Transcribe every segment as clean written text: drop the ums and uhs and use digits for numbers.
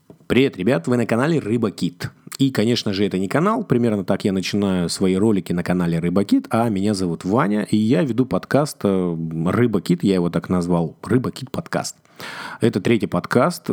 Привет, ребят, вы на канале Рыба Кит. И, конечно же, это не канал, примерно так я начинаю свои ролики на канале Рыба Кит, а меня зовут Ваня, и я веду подкаст Рыба Кит, я его так назвал, Рыба Кит подкаст. Это третий подкаст,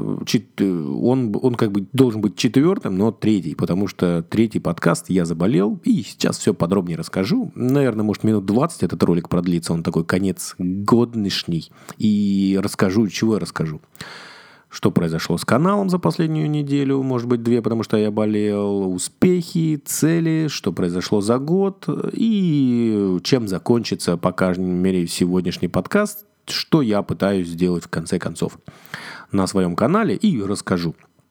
он как бы должен быть четвертым, но третий, потому что третий подкаст я заболел, и сейчас все подробнее расскажу. Наверное, может, минут 20 этот ролик продлится, он такой конец годнышний, и расскажу, чего я расскажу. Что произошло с каналом за последнюю неделю, может быть, 2, потому что я болел, успехи, цели, что произошло за год и чем закончится, по крайней мере, сегодняшний подкаст, что я пытаюсь сделать в конце концов на своем канале и расскажу.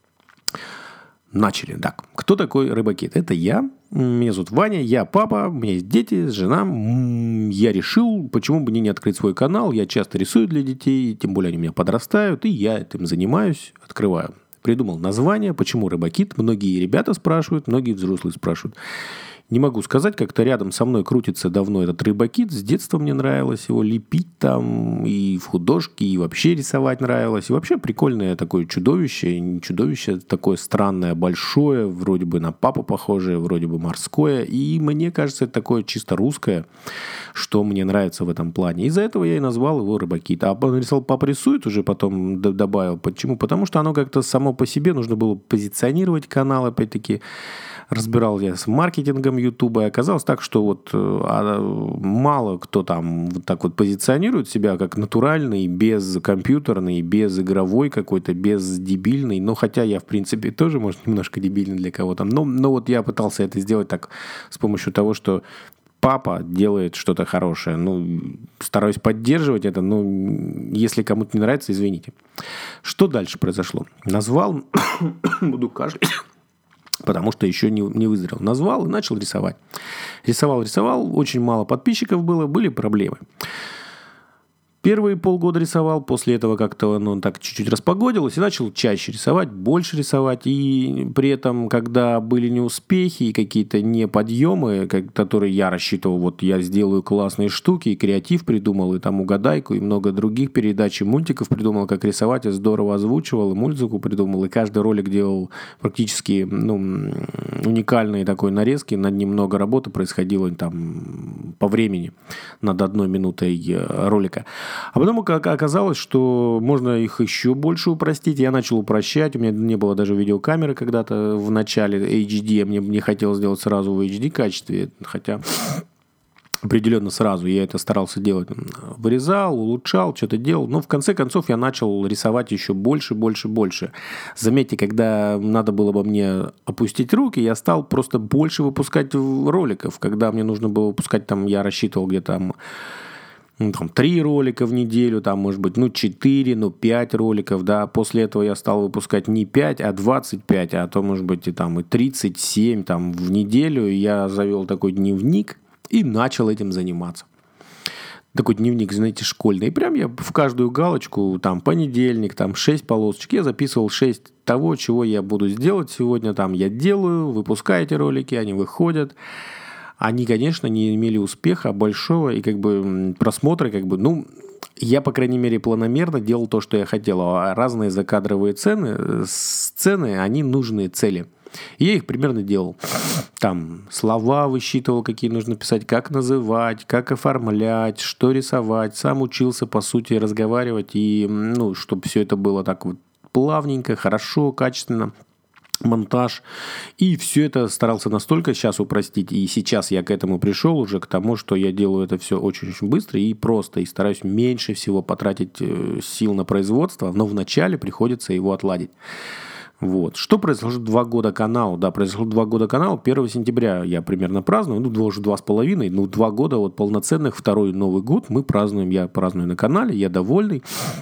Начали. Так, кто такой Рыба Кит? Это я. Меня зовут Ваня, я папа, у меня есть дети, жена. Я решил, почему бы мне не открыть свой канал. Я часто рисую для детей, тем более они у меня подрастают, и я этим занимаюсь, открываю. Придумал название, почему Рыба Кит. Многие ребята спрашивают, многие взрослые спрашивают. Не могу сказать, как-то рядом со мной крутится давно этот Рыба Кит. С детства мне нравилось его лепить там, и в художки, и вообще рисовать нравилось. И вообще прикольное такое чудовище. Не чудовище, такое странное, большое, вроде бы на папу похожее, вроде бы морское. И мне кажется, это такое чисто русское, что мне нравится в этом плане. Из-за этого я и назвал его Рыба Кит. А нарисовал, папа рисует, уже потом добавил. Почему? Потому что оно как-то само по себе, нужно было позиционировать канал, опять-таки. Разбирал я с маркетингом Ютуба, и оказалось так, что вот мало кто там вот так вот позиционирует себя как натуральный, без компьютерный, без игровой какой-то, без дебильный. Но хотя я, в принципе, тоже, может, немножко дебильный для кого-то. Но вот я пытался это сделать так с помощью того, что папа делает что-то хорошее. Стараюсь поддерживать это, но если кому-то не нравится, извините. Что дальше произошло? Назвал, буду кашлять, потому что еще не выздоровел. Назвал и начал рисовать. Рисовал. Очень мало подписчиков было, были проблемы. Первые полгода рисовал, после этого как-то оно так чуть-чуть распогодилось, и начал чаще рисовать, больше рисовать. И при этом, когда были неуспехи и какие-то неподъемы, которые я рассчитывал, вот я сделаю классные штуки, и креатив придумал, и там угадайку, и много других передач, и мультиков придумал, как рисовать, и здорово озвучивал, и музыку придумал, и каждый ролик делал практически уникальные такой нарезки, над ним много работы происходило там по времени, над 1 минутой ролика. А потом оказалось, что можно их еще больше упростить. Я начал упрощать. У меня не было даже видеокамеры когда-то в начале HD. Мне хотелось сделать сразу в HD качестве. Хотя определенно сразу я это старался делать. Вырезал, улучшал, что-то делал. Но в конце концов я начал рисовать еще больше. Заметьте, когда надо было бы мне опустить руки, я стал просто больше выпускать роликов. Когда мне нужно было выпускать, я рассчитывал где-то 3 ролика в неделю, может быть, 4, 5 роликов, да. После этого я стал выпускать не 5, а 25, а то, может быть, и 37 в неделю. Я завел такой дневник и начал этим заниматься. Такой дневник, знаете, школьный. И прям я в каждую галочку, понедельник, 6 полосочек, я записывал 6 того, чего я буду сделать сегодня. Я делаю, выпускаю эти ролики, они выходят. Они, конечно, не имели успеха большого, и просмотры, я, по крайней мере, планомерно делал то, что я хотел. А разные закадровые сцены, они нужные цели. И я их примерно делал. Слова высчитывал, какие нужно писать, как называть, как оформлять, что рисовать. Сам учился, по сути, разговаривать, и, чтобы все это было так вот плавненько, хорошо, качественно. Монтаж. И все это старался настолько сейчас упростить. И сейчас я к этому пришел уже, к тому, что я делаю это все очень-очень быстро и просто. И стараюсь меньше всего потратить сил на производство, но вначале приходится его отладить. Вот. Что произошло 2 года каналу? Да, произошло 2 года каналу. 1 сентября я примерно праздную. уже 2,5. 2 года вот полноценных. 2-й Новый год мы празднуем. Я праздную на канале. Я довольный.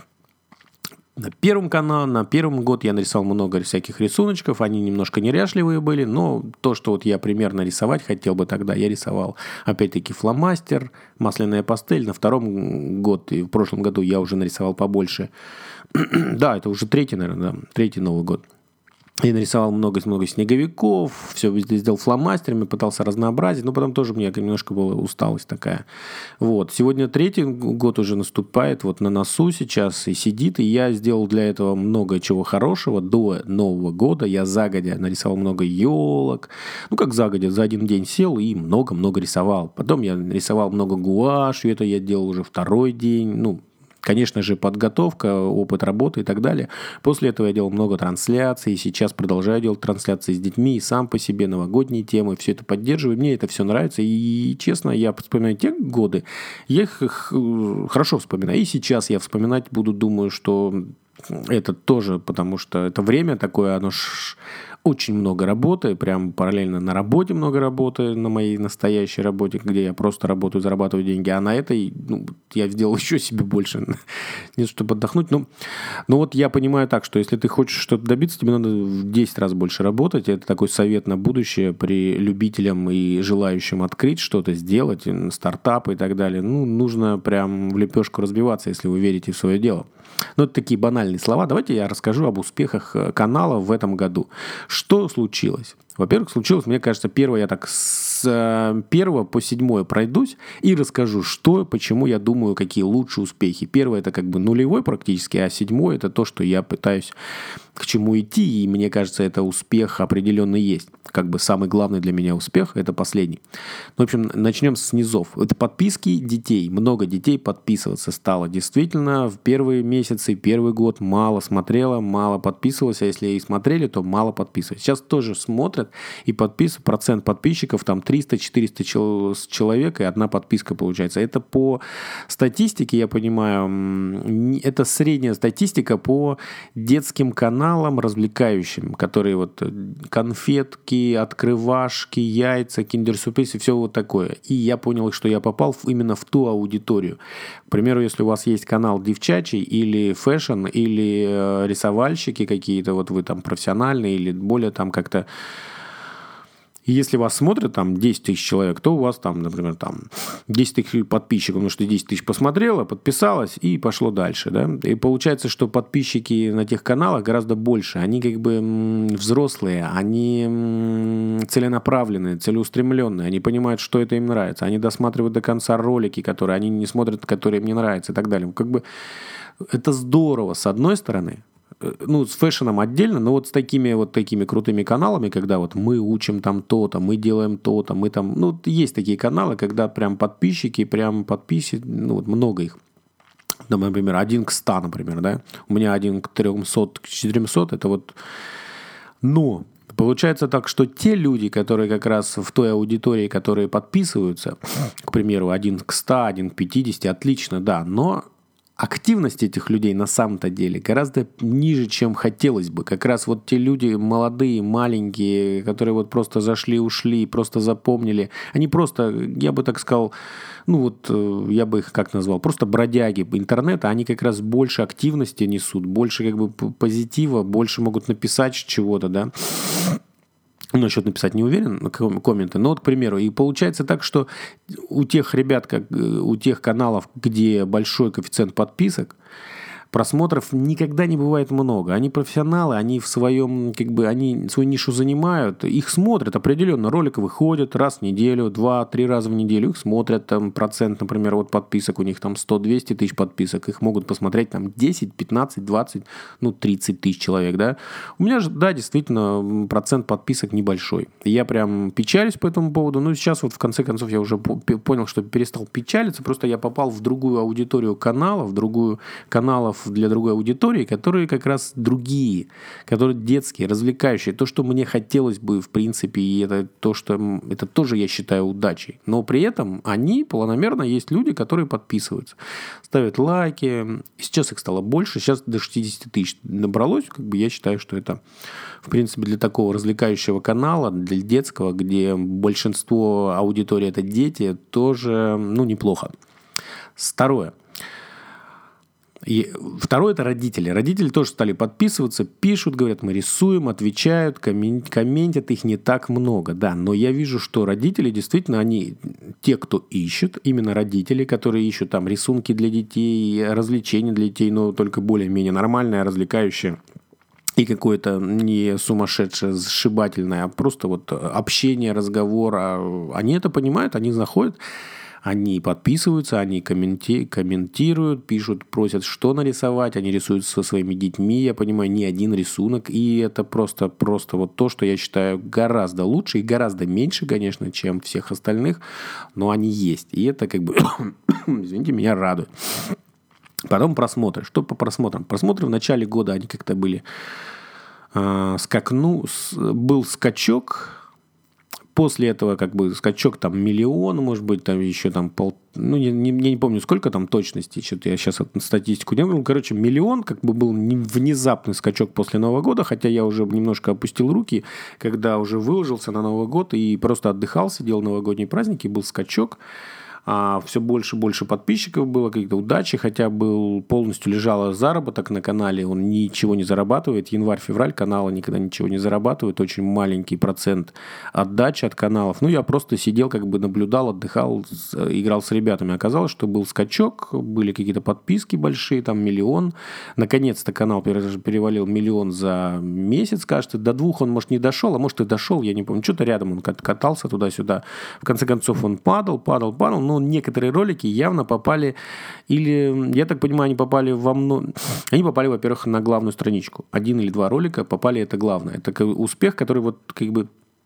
На первом год я нарисовал много всяких рисуночков, они немножко неряшливые были, но то, что вот я примерно рисовать хотел бы тогда, я рисовал. Опять-таки фломастер, масляная пастель. На 2-м год и в прошлом году я уже нарисовал побольше. Да, это уже 3-й, наверное, да, 3-й Новый год. Я нарисовал много-много снеговиков, все везде сделал фломастерами, пытался разнообразить, но потом тоже у меня немножко была усталость такая. Вот. Сегодня 3-й год уже наступает, вот на носу сейчас и сидит, и я сделал для этого много чего хорошего. До Нового года я загодя нарисовал много елок. Ну, как загодя, за один день сел и много-много рисовал. Потом я рисовал много гуашью, это я делал уже 2-й день, ну, конечно же, подготовка, опыт работы и так далее. После этого я делал много трансляций, и сейчас продолжаю делать трансляции с детьми, и сам по себе новогодние темы, все это поддерживаю, мне это все нравится, и честно, я вспоминаю те годы, я их хорошо вспоминаю, и сейчас я вспоминать буду, думаю, что это тоже, потому что это время такое, оно очень много работы, прям параллельно на работе много работы, на моей настоящей работе, где я просто работаю, зарабатываю деньги, а на этой, ну, я сделал еще себе больше, не чтобы отдохнуть, но вот я понимаю так, что если ты хочешь что-то добиться, тебе надо в 10 раз больше работать, это такой совет на будущее при любителям и желающим открыть что-то, сделать, стартапы и так далее, ну, нужно прям в лепешку разбиваться, если вы верите в свое дело. Ну, это такие банальные слова. Давайте я расскажу об успехах канала в этом году. Что случилось? Во-первых, случилось, мне кажется, я так с 1 по 7 пройдусь и расскажу, что, почему я думаю, какие лучшие успехи. 1 это как бы нулевой практически, а 7 это то, что я пытаюсь к чему идти, и мне кажется, это успех определенно есть. Как бы самый главный для меня успех – это последний. Ну, в общем, начнем с низов. Это подписки детей. Много детей подписываться стало. Действительно, в первые месяцы, первый год мало смотрело, мало подписывалось, а если и смотрели, то мало подписывались. Сейчас тоже смотрят и подписывают. Процент подписчиков там 300-400 человек, и одна подписка получается. Это по статистике, я понимаю, это средняя статистика по детским каналам, развлекающим, которые вот конфетки, открывашки, яйца, киндер-сюрприз и все вот такое. И я понял, что я попал именно в ту аудиторию. К примеру, если у вас есть канал девчачий или фэшн, или рисовальщики какие-то, вот вы там профессиональные или более там как-то. И если вас смотрят там 10 тысяч человек, то у вас там, например, там 10 тысяч подписчиков, потому что 10 тысяч посмотрело, подписалось и пошло дальше, да. И получается, что подписчики на тех каналах гораздо больше. Они как бы взрослые, они целенаправленные, целеустремленные, они понимают, что это им нравится. Они досматривают до конца ролики, которые они не смотрят, которые им не нравятся и так далее. Как бы это здорово, с одной стороны. Ну, с фэшеном отдельно, но вот с такими крутыми каналами, когда вот мы учим там то-то, мы делаем то-то, мы там... Ну, есть такие каналы, когда прям подписчики, ну, вот много их. Ну, например, 1 к 100, например, да? У меня 1 к 300, к 400, это вот... Но получается так, что те люди, которые как раз в той аудитории, которые подписываются, к примеру, 1 к 100, 1 к 50, отлично, да, но... Активность этих людей на самом-то деле гораздо ниже, чем хотелось бы. Как раз вот те люди молодые, маленькие, которые вот просто зашли, ушли, просто запомнили. Они просто, я бы так сказал, ну вот я бы их как назвал, просто бродяги интернета. Они как раз больше активности несут, больше как бы позитива, больше могут написать чего-то, да. Насчет написать не уверен, комменты, но вот, к примеру, и получается так, что у тех ребят, у тех каналов, где большой коэффициент подписок, просмотров никогда не бывает много. Они профессионалы, они в своем, как бы, они свою нишу занимают, их смотрят определенно. Ролики выходят раз в неделю, 2-3 раза в неделю, их смотрят, там, процент, например, вот подписок, у них там 100-200 тысяч подписок, их могут посмотреть там 10, 15, 20, ну, 30 тысяч человек, да. У меня же, да, действительно, процент подписок небольшой. Я прям печалюсь по этому поводу, но сейчас вот в конце концов я уже понял, что перестал печалиться, просто я попал в другую аудиторию каналов, для другой аудитории, которые как раз другие, которые детские, развлекающие. То, что мне хотелось бы, в принципе, и это тоже, я считаю, удачей. Но при этом они, планомерно, есть люди, которые подписываются, ставят лайки. И сейчас их стало больше, сейчас до 60 тысяч набралось. Как бы я считаю, что это, в принципе, для такого развлекающего канала, для детского, где большинство аудитории это дети, тоже, ну, неплохо. Второе – это родители. Родители тоже стали подписываться, пишут, говорят, мы рисуем, отвечают, комментят, их не так много, да. Но я вижу, что родители действительно, они те, кто ищет, именно родители, которые ищут там рисунки для детей, развлечения для детей, но только более-менее нормальные, развлекающие. и какое-то не сумасшедшее, сшибательное, а просто вот общение, разговор. Они это понимают, они заходят, они подписываются, они комментируют, пишут, просят, что нарисовать, они рисуют со своими детьми, я понимаю, не один рисунок, и это просто вот то, что я считаю гораздо лучше и гораздо меньше, конечно, чем всех остальных, но они есть, и это как бы, извините, меня радует. Потом просмотры. Что по просмотрам? Просмотры в начале года, они как-то были... Был скачок... После этого как бы скачок там 1 миллион, может быть, там еще там я не помню, сколько там точности, что-то я сейчас статистику не помню. Короче, 1 миллион как бы был внезапный скачок после Нового года, хотя я уже немножко опустил руки, когда уже выложился на Новый год и просто отдыхал, сидел новогодние праздники, был скачок. Все больше и больше подписчиков было, какие-то удачи, хотя полностью лежал заработок на канале, он ничего не зарабатывает. Январь-февраль канала никогда ничего не зарабатывает, очень маленький процент отдачи от каналов. Я просто сидел, как бы наблюдал, отдыхал, играл с ребятами. Оказалось, что был скачок, были какие-то подписки большие, там 1 миллион. Наконец-то канал перевалил 1 миллион за месяц, кажется. До 2 он, может, не дошел, а может, и дошел, я не помню. Что-то рядом он катался туда-сюда. В конце концов, он падал. Но некоторые ролики явно попали, или, я так понимаю, они попали Они попали, во-первых, на главную страничку. 1 или 2 ролика попали, это главное. Это успех, который вот как бы...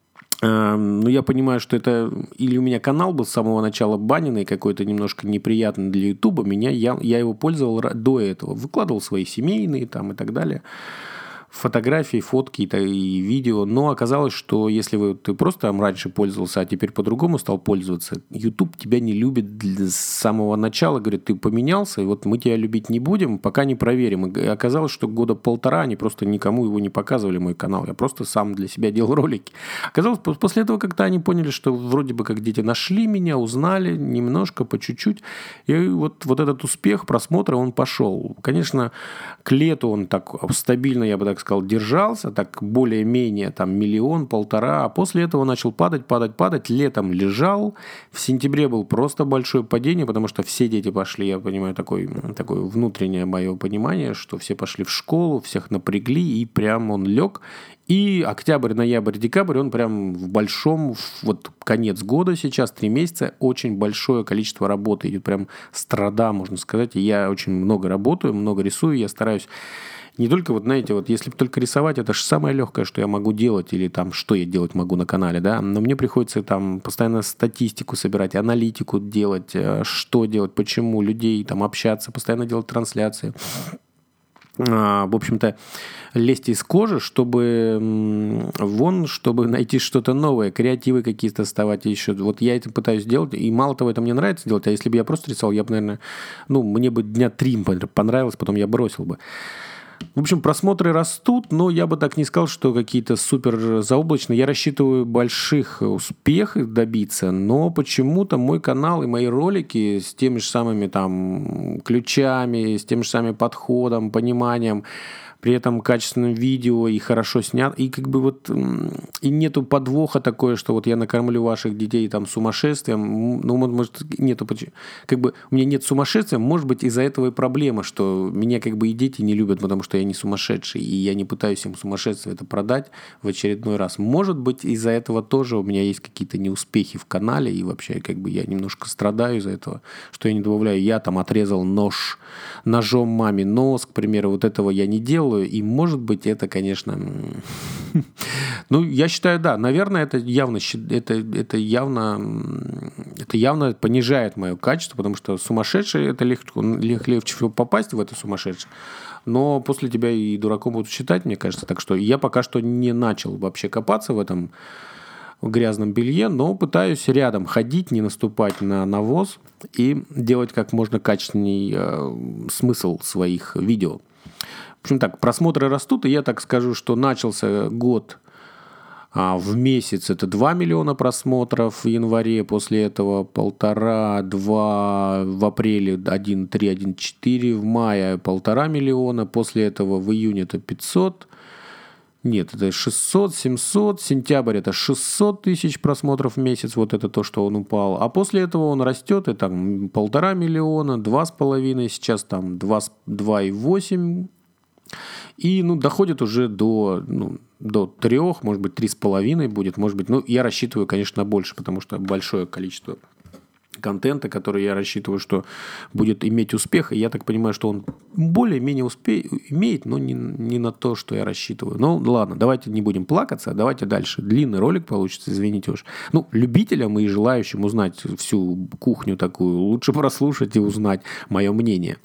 я понимаю, что это... Или у меня канал был с самого начала баненный, какой-то немножко неприятный для Ютуба. Я его пользовал до этого. Выкладывал свои семейные там и так далее. Фотографии, фотки и видео, но оказалось, что если ты просто там раньше пользовался, а теперь по-другому стал пользоваться, YouTube тебя не любит с самого начала, говорит, ты поменялся, и вот мы тебя любить не будем, пока не проверим. И оказалось, что 1.5 года они просто никому его не показывали, мой канал, я просто сам для себя делал ролики. Оказалось, после этого как-то они поняли, что вроде бы как дети нашли меня, узнали немножко, по чуть-чуть, и вот этот успех просмотра, он пошел. Конечно, к лету он так стабильно, я бы так сказал, держался, так более-менее там 1 миллион, 1,5 миллиона, а после этого начал падать, летом лежал, в сентябре был просто большое падение, потому что все дети пошли, я понимаю, такое внутреннее мое понимание, что все пошли в школу, всех напрягли, и прям он лег, и октябрь, ноябрь, декабрь, он прям в большом, вот конец года сейчас, 3 месяца, очень большое количество работы идет, прям страда, можно сказать, и я очень много работаю, много рисую, я стараюсь не только, вот знаете, вот если только рисовать, это же самое легкое, что я могу делать, или там, что я делать могу на канале, да, но мне приходится там постоянно статистику собирать, аналитику делать, что делать, почему, людей там общаться, постоянно делать трансляции. В общем-то, лезть из кожи, чтобы найти что-то новое, креативы какие-то доставать еще. Вот я это пытаюсь делать, и мало того, это мне нравится делать, а если бы я просто рисовал, я бы, наверное, мне бы дня 3 понравилось, потом я бросил бы. В общем, просмотры растут, но я бы так не сказал, что какие-то супер заоблачные. Я рассчитываю больших успехов добиться, но почему-то мой канал и мои ролики с теми же самыми там ключами, с тем же самым подходом, пониманием, при этом качественным видео и хорошо снят, и как бы вот и нету подвоха такое, что вот я накормлю ваших детей там сумасшествием, может нету, как бы у меня нет сумасшествия, может быть из-за этого и проблема, что меня как бы и дети не любят, потому что я не сумасшедший, и я не пытаюсь им сумасшествие это продать в очередной раз. Может быть из-за этого тоже у меня есть какие-то неуспехи в канале, и вообще как бы я немножко страдаю из-за этого, что я не добавляю, я там отрезал ножом маме нос, к примеру, вот этого я не делаю. И, может быть, это, конечно... я считаю, да, наверное, это явно понижает мое качество, потому что сумасшедший, это легче всего попасть в это сумасшедшее. Но после тебя и дураком будут считать, мне кажется. Так что я пока что не начал вообще копаться в этом грязном белье, но пытаюсь рядом ходить, не наступать на навоз и делать как можно качественней смысл своих видео. В общем так, просмотры растут, и я так скажу, что начался год в месяц, это 2 миллиона просмотров в январе, после этого 1,5-2, в апреле 1,3, 1,4, в мае 1,5 миллиона, после этого в июне это 500, нет, это 600, 700, сентябрь это 600 тысяч просмотров в месяц, вот это то, что он упал, а после этого он растет, и там 1,5 миллиона, 2,5, сейчас там 2,8, И, доходит уже до 3, может быть, 3,5 будет, может быть. Я рассчитываю, конечно, на больше, потому что большое количество контента, который я рассчитываю, что будет иметь успех. И я так понимаю, что он более-менее имеет, но не на то, что я рассчитываю. Ладно, давайте не будем плакаться, давайте дальше. Длинный ролик получится, извините уж. Любителям и желающим узнать всю кухню такую, лучше прослушать и узнать мое мнение.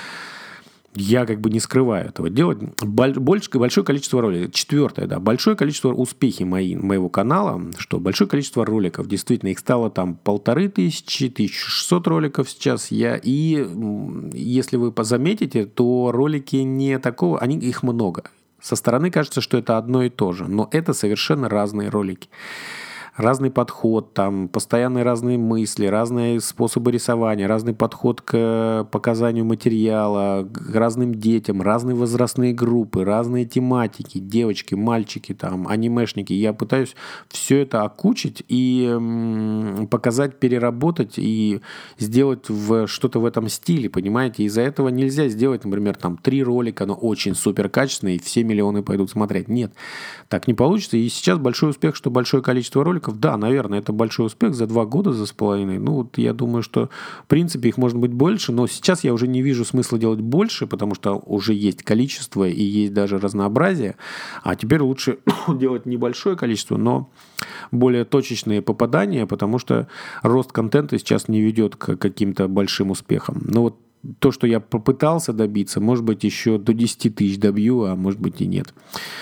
Я не скрываю этого. Делать большое количество роликов. 4, большое количество успехи моего канала, что большое количество роликов. Действительно, их стало 1500, 1600 роликов сейчас. И если вы заметите, то ролики не такого, их много. Со стороны кажется, что это одно и то же, но это совершенно разные ролики. Разный подход, постоянные разные мысли, разные способы рисования, разный подход к показанию материала, к разным детям, разные возрастные группы, разные тематики, девочки, мальчики, анимешники. Я пытаюсь все это окучить и показать, переработать и сделать что-то в этом стиле, понимаете? Из-за этого нельзя сделать, например, 3 ролика, но очень супер качественные, и все миллионы пойдут смотреть. Нет, так не получится. И сейчас большой успех, что большое количество роликов. Да, наверное, это большой успех за 2 года, за 2,5. Я думаю, что в принципе их может быть больше, но сейчас я уже не вижу смысла делать больше, потому что уже есть количество и есть даже разнообразие. А теперь лучше делать небольшое количество, но более точечные попадания, потому что рост контента сейчас не ведет к каким-то большим успехам. То, что я попытался добиться, может быть, еще до 10 тысяч добью, а может быть и нет.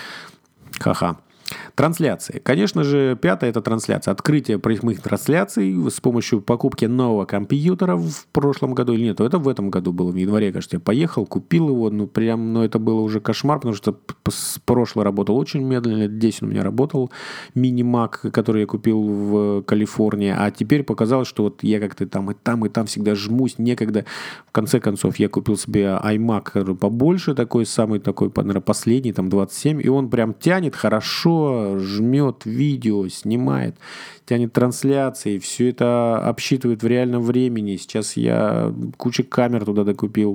Ха-ха. Трансляции. Конечно же, 5 это трансляция. Открытие прямых трансляций с помощью покупки нового компьютера в прошлом году. Или нет, это в этом году было, в январе, кажется. Я поехал, купил его. Это было уже кошмар, потому что с прошлой работал очень медленно. Лет 10 у меня работал мини-мак, который я купил в Калифорнии. А теперь показалось, что я как-то там всегда жмусь, некогда. В конце концов, я купил себе iMac, который побольше, самый такой, наверное, последний, 27. И он прям тянет хорошо, жмет видео, снимает, тянет трансляции, все это обсчитывает в реальном времени. Сейчас я кучу камер туда докупил.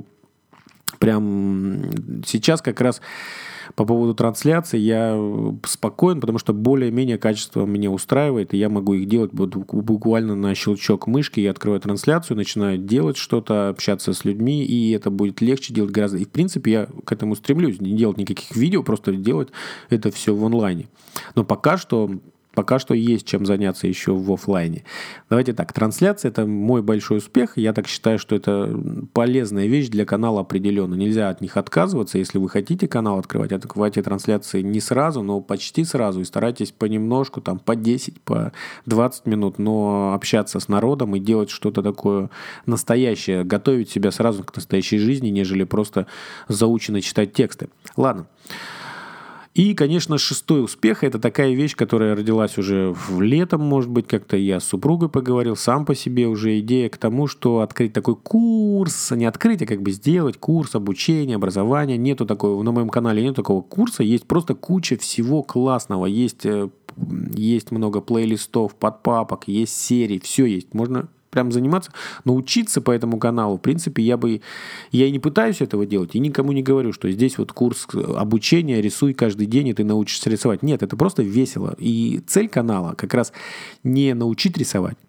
Прям сейчас как раз по поводу трансляции я спокоен, потому что более-менее качество меня устраивает, и я могу их делать буквально на щелчок мышки. Я открываю трансляцию, начинаю делать что-то, общаться с людьми, и это будет легче делать гораздо. И, в принципе, я к этому стремлюсь. Не делать никаких видео, просто делать это все в онлайне. Но пока что есть чем заняться еще в офлайне. Давайте так, трансляция – это мой большой успех. Я так считаю, что это полезная вещь для канала определенно. Нельзя от них отказываться. Если вы хотите канал открывайте трансляции не сразу, но почти сразу. И старайтесь понемножку, по 10, по 20 минут, но общаться с народом и делать что-то такое настоящее. Готовить себя сразу к настоящей жизни, нежели просто заученно читать тексты. Ладно. И, конечно, 6 успех – это такая вещь, которая родилась уже летом, может быть, как-то я с супругой поговорил, сам по себе уже идея к тому, что открыть такой курс, не открыть, а сделать курс обучения, образования. Нету такого, на моем канале нет такого курса, есть просто куча всего классного, есть много плейлистов, подпапок, есть серии, все есть, можно прям заниматься, но учиться по этому каналу, в принципе, я и не пытаюсь этого делать, и никому не говорю, что здесь курс обучения, рисуй каждый день, и ты научишься рисовать. Нет, это просто весело. И цель канала как раз не научить рисовать,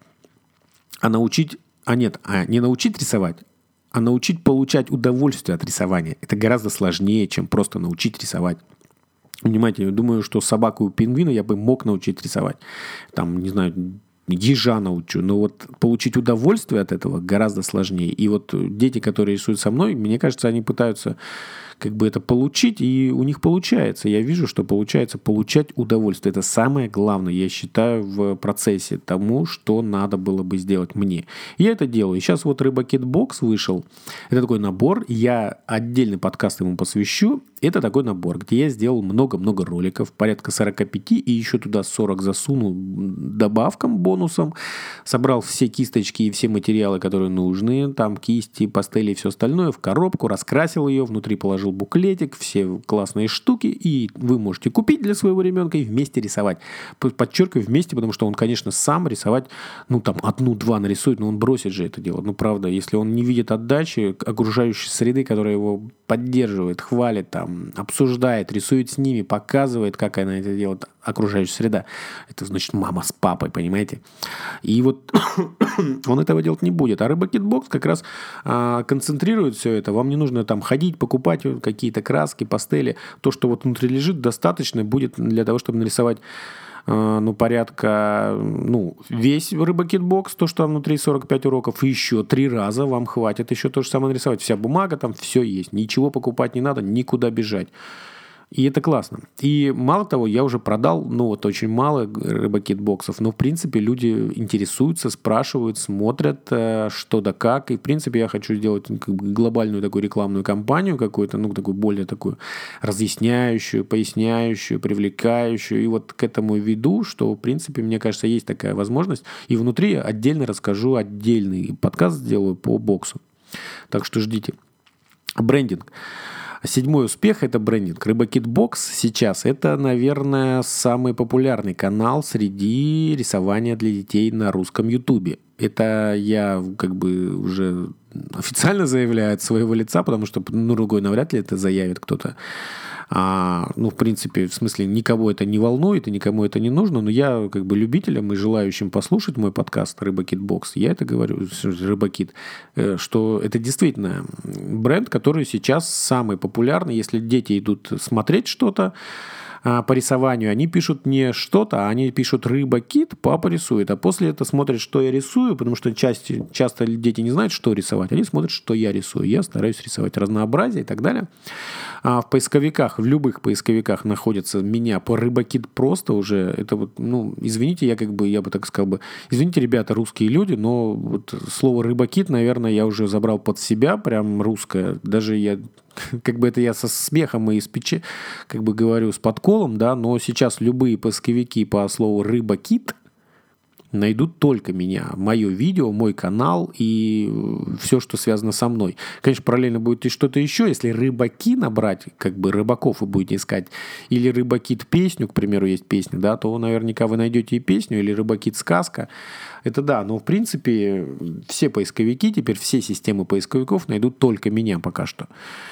не научить рисовать, а научить получать удовольствие от рисования. Это гораздо сложнее, чем просто научить рисовать. Понимаете, я думаю, что собаку и пингвина я бы мог научить рисовать. Не знаю, ежа научу, но получить удовольствие от этого гораздо сложнее. И дети, которые рисуют со мной, мне кажется, они пытаются это получить, и у них получается. Я вижу, что получается получать удовольствие. Это самое главное, я считаю, в процессе тому, что надо было бы сделать мне. Я это делаю. И сейчас Рыбакит Бокс вышел. Это такой набор. Я отдельный подкаст ему посвящу. Это такой набор, где я сделал много-много роликов, порядка 45, и еще туда 40 засунул добавкам, бонусом. Собрал все кисточки и все материалы, которые нужны. Кисти, пастели и все остальное в коробку, раскрасил ее, внутри положил буклетик, все классные штуки, и вы можете купить для своего ребенка и вместе рисовать. Подчеркиваю, вместе, потому что он, конечно, сам рисовать, 1-2 нарисует, но он бросит же это дело. Правда, если он не видит отдачи окружающей среды, которая его поддерживает, хвалит, обсуждает, рисует с ними, показывает, как она это делает, окружающая среда. Это значит мама с папой, понимаете? И вот он этого делать не будет. А Рыбакит-бокс как раз концентрирует все это. Вам не нужно там ходить, покупать какие-то краски, пастели. То, что вот внутри лежит, достаточно будет для того, чтобы нарисовать порядка, весь Рыбакит-бокс, то, что там внутри 45 уроков, и еще 3 раза вам хватит еще то же самое нарисовать. Вся бумага, там все есть. Ничего покупать не надо, никуда бежать. И это классно. И мало того, я уже продал, очень мало Рыбакит-боксов, но, в принципе, люди интересуются, спрашивают, смотрят, что да как. И, в принципе, я хочу сделать глобальную такую рекламную кампанию какую-то, такую более такую разъясняющую, поясняющую, привлекающую. И вот к этому веду, что, в принципе, мне кажется, есть такая возможность. И внутри я отдельно расскажу, отдельный подкаст сделаю по боксу. Так что ждите. Брендинг. 7-й успех – это брендинг. Рыбакит-бокс сейчас – это, наверное, самый популярный канал среди рисования для детей на русском Ютубе. Это я уже официально заявляю от своего лица, потому что другой навряд ли это заявит кто-то. В принципе, в смысле, никого это не волнует и никому это не нужно, но я любителям и желающим послушать мой подкаст «Рыбакит-бокс», я это говорю, «Рыбакит», что это действительно бренд, который сейчас самый популярный. Если дети идут смотреть что-то по рисованию, они пишут не что-то, а они пишут «Рыбакит», папа рисует. А после этого смотрят, что я рисую, потому что часто дети не знают, что рисовать. Они смотрят, что я рисую. Я стараюсь рисовать разнообразие и так далее. А в поисковиках, в любых поисковиках находится меня по «Рыбакит» просто уже. Это извините, я бы так сказал, извините, ребята, русские люди, но вот слово «Рыбакит», наверное, я уже забрал под себя, прям русское. Даже я... это я со смехом и говорю с подколом, да, но сейчас любые поисковики по слову «Рыбакит» найдут только меня, мое видео, мой канал и все, что связано со мной. Конечно, параллельно будет и что-то еще. Если «Рыбаки» набрать, рыбаков вы будете искать, или «Рыбакит» песню, к примеру, есть песня, да, то наверняка вы найдете и песню, или «Рыбакит» сказка. Это да, но в принципе все поисковики, теперь все системы поисковиков найдут только меня пока что.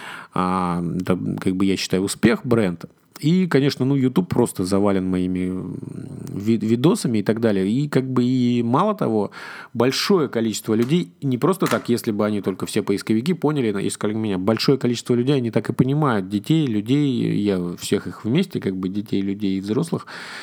Это, я считаю, успех бренда. И, конечно, YouTube просто завален моими видосами и так далее. И мало того, большое количество людей, не просто так, если бы они только все поисковики поняли, если как меня, большое количество людей, они так и понимают, детей, людей, я всех их вместе, детей, людей и взрослых,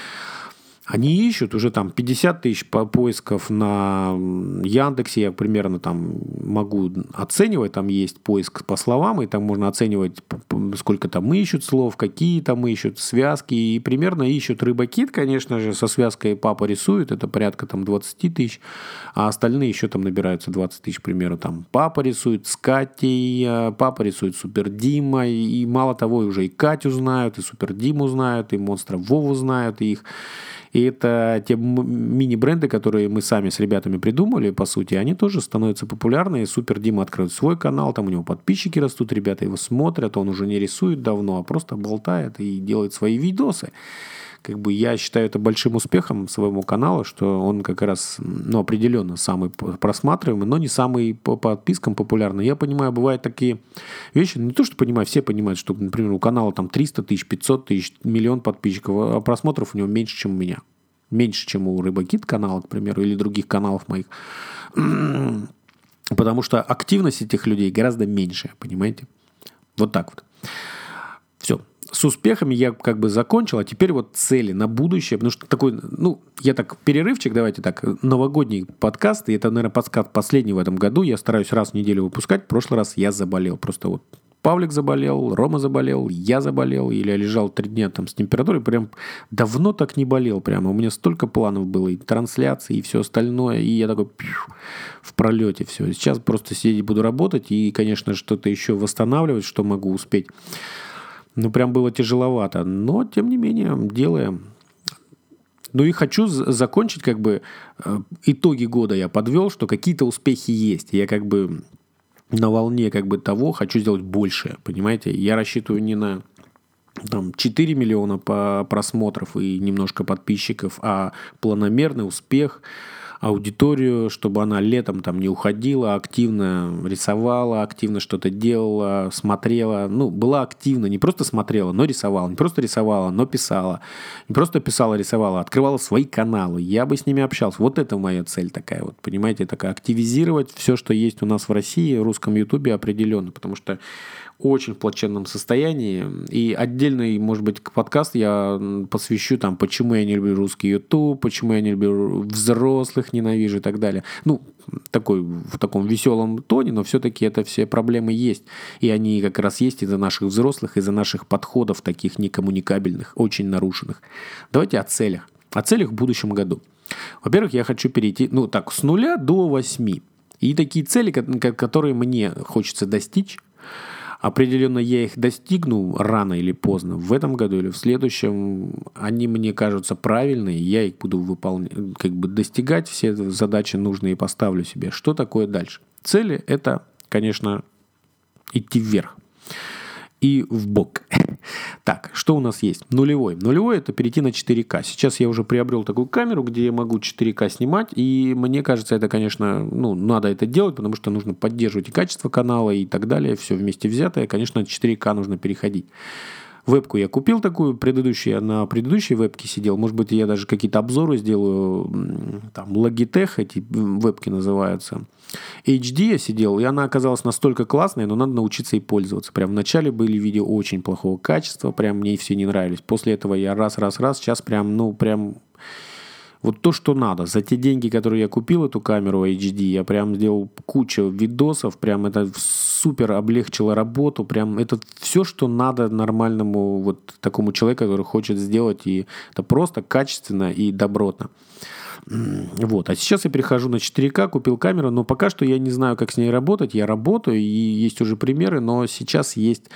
они ищут уже там 50 тысяч поисков на Яндексе. Я примерно там могу оценивать. Там есть поиск по словам, и там можно оценивать, сколько там ищут слов, какие там ищут связки. И примерно ищут Рыбакит, конечно же, со связкой «Папа рисует». Это порядка там 20 тысяч. А остальные еще там набираются 20 тысяч, к примеру. Там «Папа рисует» с Катей, «Папа рисует» Супер Дима. И мало того, уже и Катю знают, и Супер Диму знают, и Монстра Вову знают, и их... И это те мини-бренды, которые мы сами с ребятами придумали, по сути, они тоже становятся популярны. Супер Дима открыл свой канал, там у него подписчики растут, ребята его смотрят, он уже не рисует давно, а просто болтает и делает свои видосы. Я считаю это большим успехом своему канала, что он как раз, определенно самый просматриваемый, но не самый по подпискам популярный. Я понимаю, бывают такие вещи, не то, что понимаю, все понимают, что, например, у канала там 300 тысяч, 500 тысяч, миллион подписчиков, а просмотров у него меньше, чем у меня. Меньше, чем у Рыбакит канала, к примеру, или других каналов моих. Потому что активность этих людей гораздо меньше, понимаете? Вот так вот. Все. С успехами я закончил, а теперь вот цели на будущее, потому что такой, я так, перерывчик, давайте так, новогодний подкаст, и это, наверное, подкаст последний в этом году, я стараюсь раз в неделю выпускать, в прошлый раз я заболел, просто вот Павлик заболел, Рома заболел, я заболел, или я лежал 3 дня там с температурой, прям давно так не болел, прямо, у меня столько планов было, и трансляции, и все остальное, и я такой в пролете все, сейчас просто сидеть буду работать, и, конечно, что-то еще восстанавливать, что могу успеть. Прям было тяжеловато. Но, тем не менее, делаем. И хочу закончить, итоги года я подвел, что какие-то успехи есть. Я на волне того хочу сделать больше, понимаете? Я рассчитываю не на 4 миллиона просмотров и немножко подписчиков, а планомерный успех аудиторию, чтобы она летом там не уходила, активно рисовала, активно что-то делала, смотрела. Ну, была активна, не просто смотрела, но рисовала. Не просто рисовала, но писала. Не просто писала, рисовала, открывала свои каналы. Я бы с ними общался. Вот это моя цель такая вот, понимаете, такая активизировать все, что есть у нас в России, в русском Ютубе определенно, потому что очень в плачевном состоянии. И отдельный, может быть, подкаст я посвящу там, почему я не люблю русский YouTube, почему я не люблю взрослых, ненавижу и так далее. Ну, в таком веселом тоне, но все-таки это все проблемы есть. И они как раз есть из-за наших взрослых, из-за наших подходов таких некоммуникабельных, очень нарушенных. Давайте о целях. О целях в будущем году. Во-первых, я хочу перейти, с 0 до 8. И такие цели, которые мне хочется достичь, определенно я их достигну рано или поздно, в этом году или в следующем, они мне кажутся правильные, я их буду выполнять, достигать, все задачи нужные поставлю себе. Что такое дальше? Цели – это, конечно, идти вверх и вбок. Так, что у нас есть? Нулевой. Нулевой – это перейти на 4К. Сейчас я уже приобрел такую камеру, где я могу 4К снимать, и мне кажется, это, конечно, надо это делать, потому что нужно поддерживать и качество канала, и так далее, все вместе взятое. Конечно, на 4К нужно переходить. Вебку я купил такую, я на предыдущей вебке сидел. Может быть, я даже какие-то обзоры сделаю. Там Logitech эти вебки называются. HD я сидел, и она оказалась настолько классной, но надо научиться ей пользоваться. Прям вначале были видео очень плохого качества, прям мне все не нравились. После этого я раз, сейчас прям вот то, что надо. За те деньги, которые я купил эту камеру HD, я прям сделал кучу видосов, прям это супер облегчило работу, прям это все, что надо нормальному вот такому человеку, который хочет сделать, и это просто качественно и добротно. Вот. А сейчас я перехожу на 4К, купил камеру, но пока что я не знаю, как с ней работать. Я работаю, и есть уже примеры, но сейчас есть,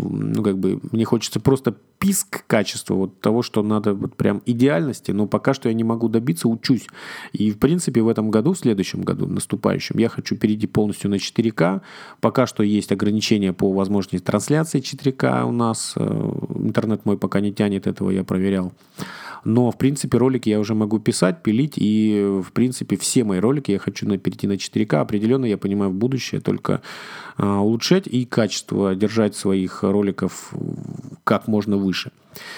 мне хочется просто писк качества вот того, что надо вот прям идеальности, но пока что я не могу добиться, учусь. И, в принципе, в этом году, в следующем году, наступающем, я хочу перейти полностью на 4К. Пока что есть ограничения по возможности трансляции 4К у нас. Интернет мой пока не тянет этого, я проверял. Но, в принципе, ролики я уже могу писать, пилить, и, в принципе, все мои ролики я хочу перейти на 4К. Определенно, я понимаю, в будущее только улучшать и качество держать своих роликов как можно выше.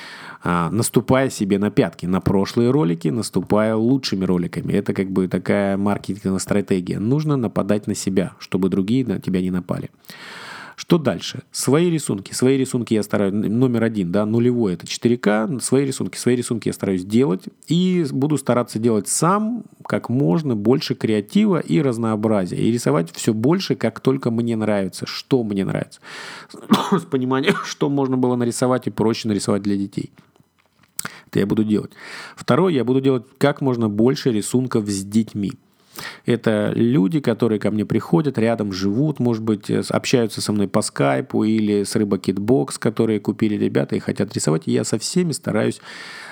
Наступая себе на пятки, на прошлые ролики, наступая лучшими роликами. Это такая маркетинговая стратегия. Нужно нападать на себя, чтобы другие на тебя не напали. Что дальше? Свои рисунки. Свои рисунки я стараюсь... Номер 1, нулевой – это 4К. Свои рисунки я стараюсь делать. И буду стараться делать сам как можно больше креатива и разнообразия. И рисовать все больше, как только мне нравится. Что мне нравится. С пониманием, что можно было нарисовать и проще нарисовать для детей. Это я буду делать. Второе, я буду делать как можно больше рисунков с детьми. Это люди, которые ко мне приходят, рядом живут, может быть, общаются со мной по скайпу или с Рыбакитбокс, которые купили ребята и хотят рисовать. И я со всеми стараюсь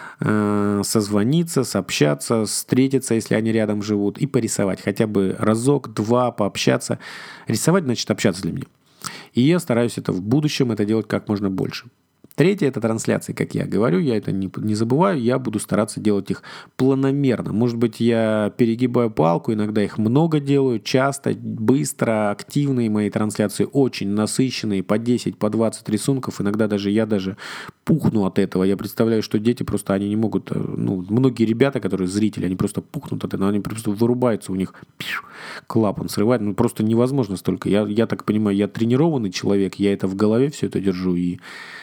созвониться, сообщаться, встретиться, если они рядом живут, и порисовать. Хотя бы разок, два, пообщаться. Рисовать значит общаться для меня. И я стараюсь в будущем это делать как можно больше. Третье – это трансляции, как я говорю, я это не забываю, я буду стараться делать их планомерно. Может быть, я перегибаю палку, иногда их много делаю, часто, быстро, активные мои трансляции, очень насыщенные, по 10, по 20 рисунков, иногда я пухну от этого. Я представляю, что дети просто, они не могут, многие ребята, которые зрители, они просто пухнут от этого, они просто вырубаются, у них клапан срывает, просто невозможно столько. Я так понимаю, я тренированный человек, я это в голове все это держу, и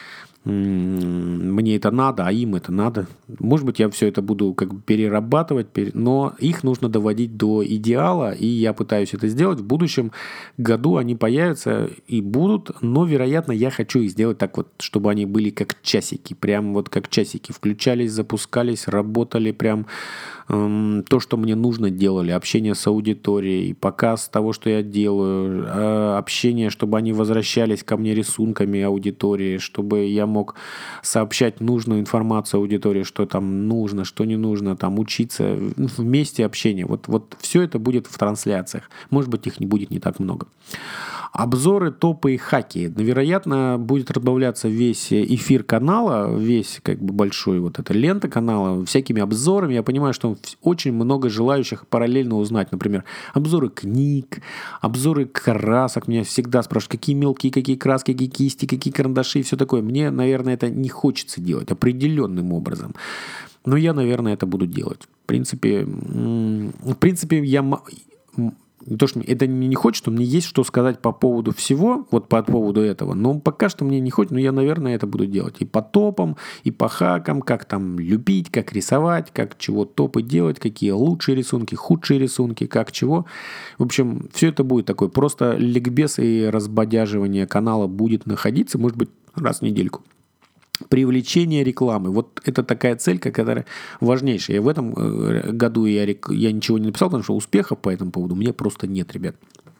мне это надо, а им это надо. Может быть, я все это буду перерабатывать, но их нужно доводить до идеала, и я пытаюсь это сделать. В будущем году они появятся и будут, но, вероятно, я хочу их сделать так вот, чтобы они были как часики, прям вот как часики. Включались, запускались, работали прям то, что мне нужно, делали. Общение с аудиторией, показ того, что я делаю, общение, чтобы они возвращались ко мне рисунками аудитории, чтобы я мог сообщать нужную информацию аудитории, что там нужно, что не нужно, там учиться, вместе общение. Вот все это будет в трансляциях. Может быть, их не будет не так много. Обзоры, топы и хаки. Вероятно, будет разбавляться весь эфир канала, весь как бы большой вот эта лента канала всякими обзорами. Я понимаю, что очень много желающих параллельно узнать, например, обзоры книг, обзоры красок. Меня всегда спрашивают, какие мелкие, какие краски, какие кисти, какие карандаши и все такое. Мне, наверное, это не хочется делать определенным образом. Но я, наверное, это буду делать. В принципе, я... Не то, что это мне не хочется, мне есть что сказать по поводу всего, вот по поводу этого, но пока что мне не хочется, но я, наверное, это буду делать. И по топам, и по хакам, как там любить, как рисовать, как чего топы делать, какие лучшие рисунки, худшие рисунки, как чего. В общем, все это будет такое, просто ликбез и разбодяживание канала будет находиться, может быть, раз в недельку. Привлечение рекламы. Вот это такая цель, которая важнейшая. В этом году я ничего не написал, потому что успехов по этому поводу у меня просто нет, ребят.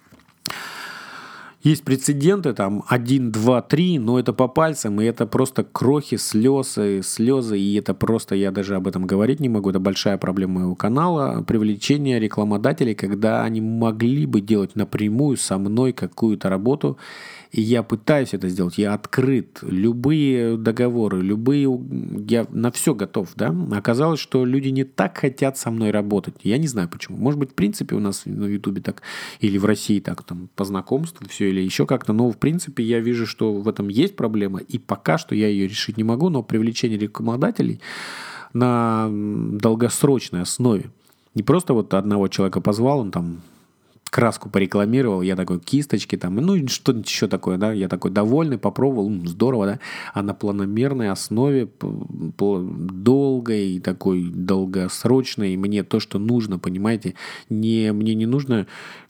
Есть прецеденты, там 1, 2, 3, но это по пальцам, и это просто крохи, слезы, и это просто, я даже об этом говорить не могу, это большая проблема моего канала, привлечение рекламодателей, когда они могли бы делать напрямую со мной какую-то работу, и я пытаюсь это сделать, я открыт, любые договоры, я на все готов, да. Оказалось, что люди не так хотят со мной работать, я не знаю почему. Может быть, в принципе, у нас на Ютубе так, или в России так, там, по знакомству все, или еще как-то, но, в принципе, я вижу, что в этом есть проблема, и пока что я ее решить не могу, но привлечение рекламодателей на долгосрочной основе. Не просто вот одного человека позвал, он там краску порекламировал, я такой, кисточки там, ну, что-нибудь еще такое, да, я такой довольный, попробовал, здорово, да, а на планомерной основе, долгой, такой долгосрочной, мне то, что нужно, понимаете, мне не нужно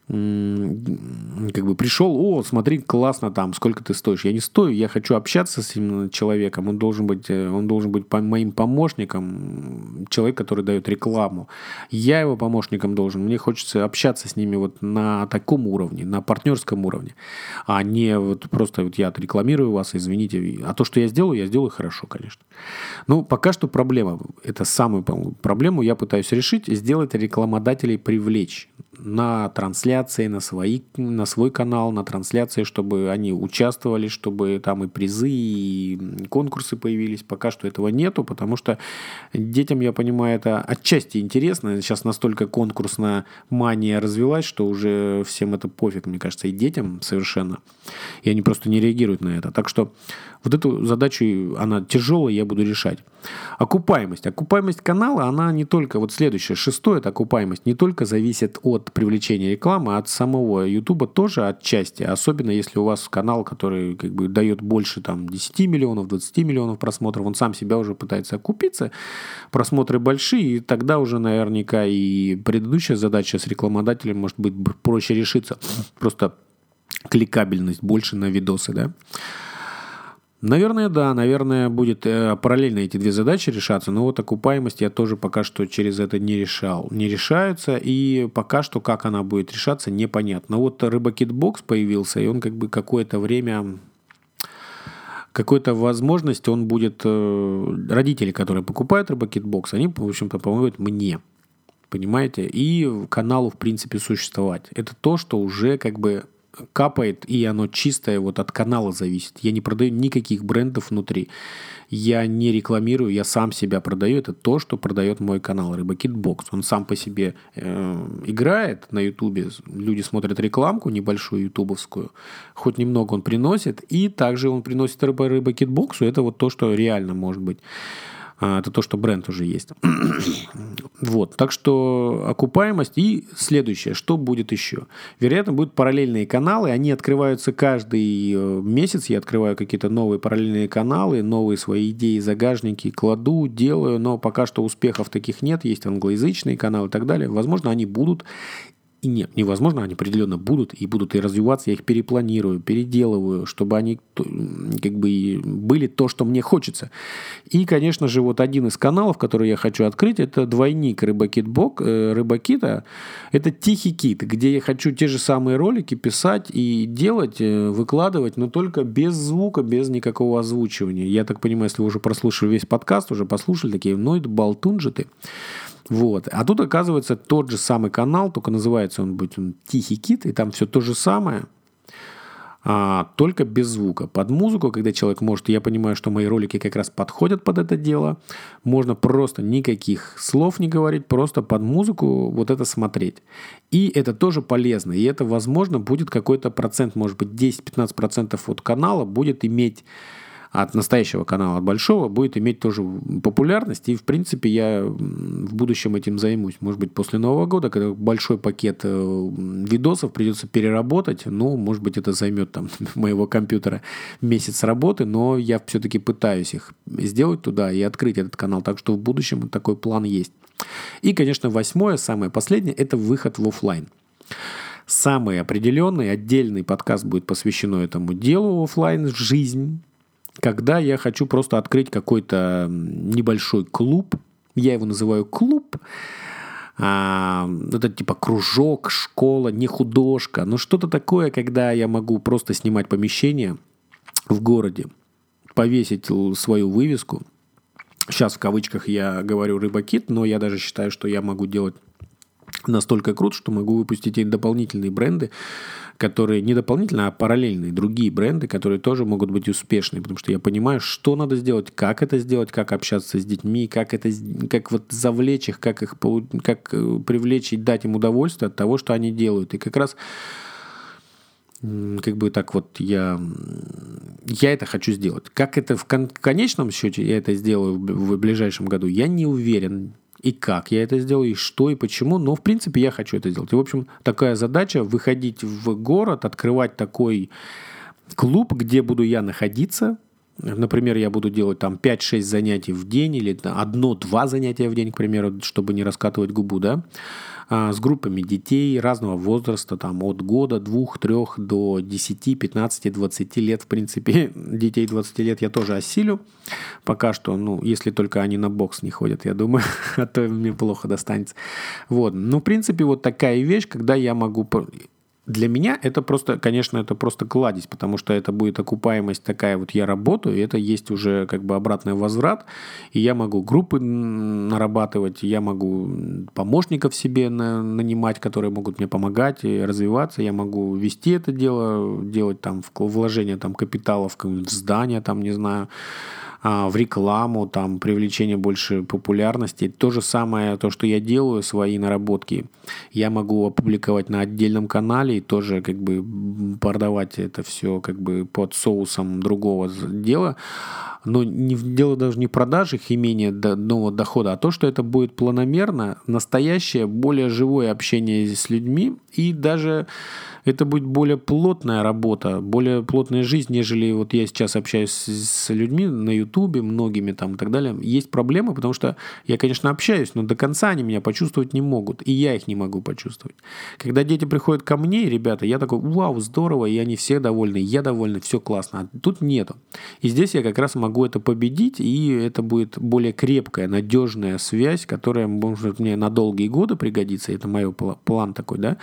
как бы пришел, смотри, классно там, сколько ты стоишь. Я не стою, я хочу общаться с этим человеком, он должен быть моим помощником, человек, который дает рекламу. Я его помощником должен, мне хочется общаться с ними вот на таком уровне, на партнерском уровне, а не вот просто вот я отрекламирую вас, извините, а то, что я сделаю хорошо, конечно. Ну, пока что проблема, это самую проблему я пытаюсь решить, сделать рекламодателей привлечь на трансляции, на свой канал, на трансляции, чтобы они участвовали, чтобы там и призы, и конкурсы появились. Пока что этого нету, потому что детям, я понимаю, это отчасти интересно. Сейчас настолько конкурсная мания развилась, что уже всем это пофиг, мне кажется, и детям совершенно. И они просто не реагируют на это. Так что вот эту задачу, она тяжелая, я буду решать. Окупаемость. Окупаемость канала, она не только, вот следующее, 6, это окупаемость, не только зависит от привлечения рекламы, а от самого Ютуба тоже отчасти. Особенно если у вас канал, который как бы дает больше там 10 миллионов, 20 миллионов просмотров, он сам себя уже пытается окупиться, просмотры большие, и тогда уже наверняка и предыдущая задача с рекламодателем может быть проще решиться. Просто кликабельность больше на видосы, да. Наверное, да, наверное, будет параллельно эти две задачи решаться, но вот окупаемость я тоже пока что через это не решал. Не решаются, и пока что, как она будет решаться, непонятно. Вот Рыбакитбокс появился, и он как бы какое-то время, какую-то возможность он будет... Родители, которые покупают Рыбакитбокс, они, в общем-то, помогают мне. Понимаете? И каналу, в принципе, существовать. Это то, что уже как бы капает, и оно чистое вот от канала зависит. Я не продаю никаких брендов внутри. Я не рекламирую, я сам себя продаю. Это то, что продает мой канал Рыбакитбокс. Он сам по себе играет на Ютубе. Люди смотрят рекламку небольшую ютубовскую. Хоть немного он приносит. И также он приносит Рыбакитбоксу. Это вот то, что реально может быть. Это то, что бренд уже есть. Вот. Так что окупаемость. И следующее. Что будет еще? Вероятно, будут параллельные каналы. Они открываются каждый месяц. Я открываю какие-то новые параллельные каналы, новые свои идеи, загажники кладу, делаю. Но пока что успехов таких нет. Есть англоязычные каналы и так далее. Возможно, они будут. И нет, невозможно, они определенно будут и развиваться. Я их перепланирую, переделываю, чтобы они как бы были то, что мне хочется. И, конечно же, вот один из каналов, который я хочу открыть, это двойник Рыбакита. Это Тихий Кит, где я хочу те же самые ролики писать и делать, выкладывать, но только без звука, без никакого озвучивания. Я так понимаю, если вы уже прослушали весь подкаст, уже послушали, такие, ну это болтун же ты. Вот. А тут, оказывается, тот же самый канал, только называется он будет Тихий Кит, и там все то же самое. только без звука. Под музыку, когда человек может, я понимаю, что мои ролики как раз подходят под это дело, можно просто никаких слов не говорить, просто под музыку вот это смотреть. И это тоже полезно. И это, возможно, будет какой-то процент, может быть, 10-15% от канала будет иметь, от настоящего канала, от большого, будет иметь тоже популярность. И, в принципе, я в будущем этим займусь. Может быть, после Нового года, когда большой пакет видосов придется переработать, может быть, это займет там моего компьютера месяц работы, но я все-таки пытаюсь их сделать туда и открыть этот канал. Так что в будущем такой план есть. И, конечно, 8-е, самое последнее, это выход в офлайн. Самый определенный, отдельный подкаст будет посвящен этому делу офлайн, жизнь. Когда я хочу просто открыть какой-то небольшой клуб, я его называю клуб, это типа кружок, школа, не художка, но что-то такое, когда я могу просто снимать помещение в городе, повесить свою вывеску. Сейчас в кавычках я говорю «Рыбакит», но я даже считаю, что я могу делать настолько круто, что могу выпустить и дополнительные бренды, которые не дополнительно, а параллельные, другие бренды, которые тоже могут быть успешны, потому что я понимаю, что надо сделать, как общаться с детьми, как вот завлечь их, как привлечь и дать им удовольствие от того, что они делают. И как раз как бы так вот я это хочу сделать. Как это в конечном счете я это сделаю в ближайшем году, я не уверен. И как я это сделаю, и что, и почему. Но, в принципе, я хочу это сделать. И, в общем, такая задача – выходить в город, открывать такой клуб, где буду я находиться. Например, я буду делать там 5-6 занятий в день или 1-2 занятия в день, к примеру, чтобы не раскатывать губу, да, с группами детей разного возраста, там от года, 2-3 до 10, 15, 20 лет, в принципе, детей 20 лет я тоже осилю пока что, если только они на бокс не ходят, я думаю, а то мне плохо достанется. Вот, в принципе, вот такая вещь, когда я могу... Для меня это просто, конечно, это просто кладезь, потому что это будет окупаемость такая, вот я работаю, и это есть уже как бы обратный возврат, и я могу группы нарабатывать, я могу помощников себе нанимать, которые могут мне помогать и развиваться, я могу вести это дело, делать там вложения там капиталов в здание, там, не знаю, в рекламу, там, привлечение больше популярности. То же самое, то, что я делаю, свои наработки, я могу опубликовать на отдельном канале и тоже как бы продавать это все как бы под соусом другого дела. Но дело даже не в продаже их имения нового дохода, а то, что это будет планомерно, настоящее, более живое общение с людьми, и даже это будет более плотная работа, более плотная жизнь, нежели вот я сейчас общаюсь с людьми на Ютубе, многими там и так далее. Есть проблемы, потому что я, конечно, общаюсь, но до конца они меня почувствовать не могут, и я их не могу почувствовать. Когда дети приходят ко мне, ребята, я такой, вау, здорово, и они все довольны, я довольный, все классно, а тут нету. И здесь я как раз могу это победить, и это будет более крепкая, надежная связь, которая может мне на долгие годы пригодиться, это мой план такой, да,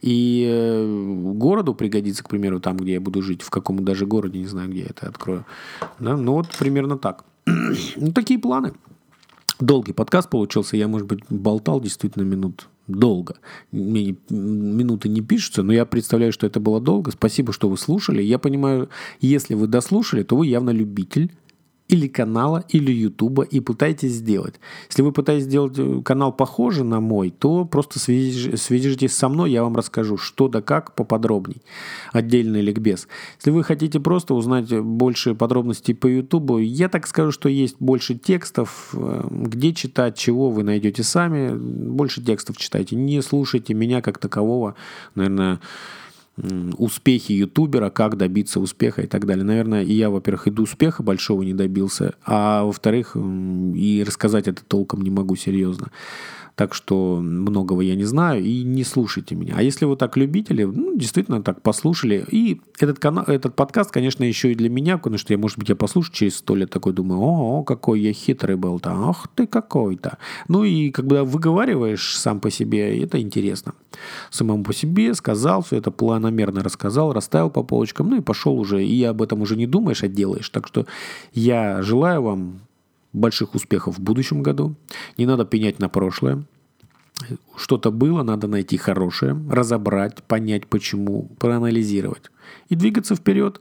и городу пригодится, к примеру, там, где я буду жить, в каком даже городе, не знаю, где я это открою. Да? Вот примерно так. Такие планы. Долгий подкаст получился, я, может быть, болтал действительно минут долго. Минуты не пишутся, но я представляю, что это было долго. Спасибо, что вы слушали. Я понимаю, если вы дослушали, то вы явно любитель или канала, или ютуба, и пытаетесь сделать. Если вы пытаетесь сделать канал похожий на мой, то просто свяжитесь со мной, я вам расскажу, что да как, поподробней. Отдельный ликбез. Если вы хотите просто узнать больше подробностей по ютубу, я так скажу, что есть больше текстов, где читать, чего вы найдете сами. Больше текстов читайте. Не слушайте меня как такового, наверное, успехи ютубера, как добиться успеха и так далее. Наверное, и я, во-первых, и до успеха большого не добился, а во-вторых, и рассказать это толком не могу серьезно. Так что многого я не знаю, и не слушайте меня. А если вы так любители, действительно так послушали. И этот подкаст, конечно, еще и для меня, потому что может быть, я послушаю через 100 лет, такой думаю, о, какой я хитрый был-то, ах ты какой-то. И когда выговариваешь сам по себе, это интересно. Самому по себе сказал, все это планомерно рассказал, расставил по полочкам, и пошел уже. И об этом уже не думаешь, а делаешь. Так что я желаю вам больших успехов в будущем году. Не надо пенять на прошлое. Что-то было, надо найти хорошее, разобрать, понять почему, проанализировать и двигаться вперед.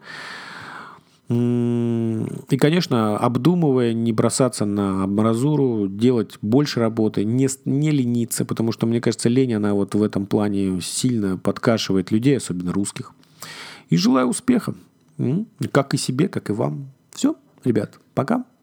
И, конечно, обдумывая, не бросаться на амбразуру, делать больше работы, не лениться, потому что, мне кажется, лень, она вот в этом плане сильно подкашивает людей, особенно русских. И желаю успеха, как и себе, как и вам. Все, ребят, пока.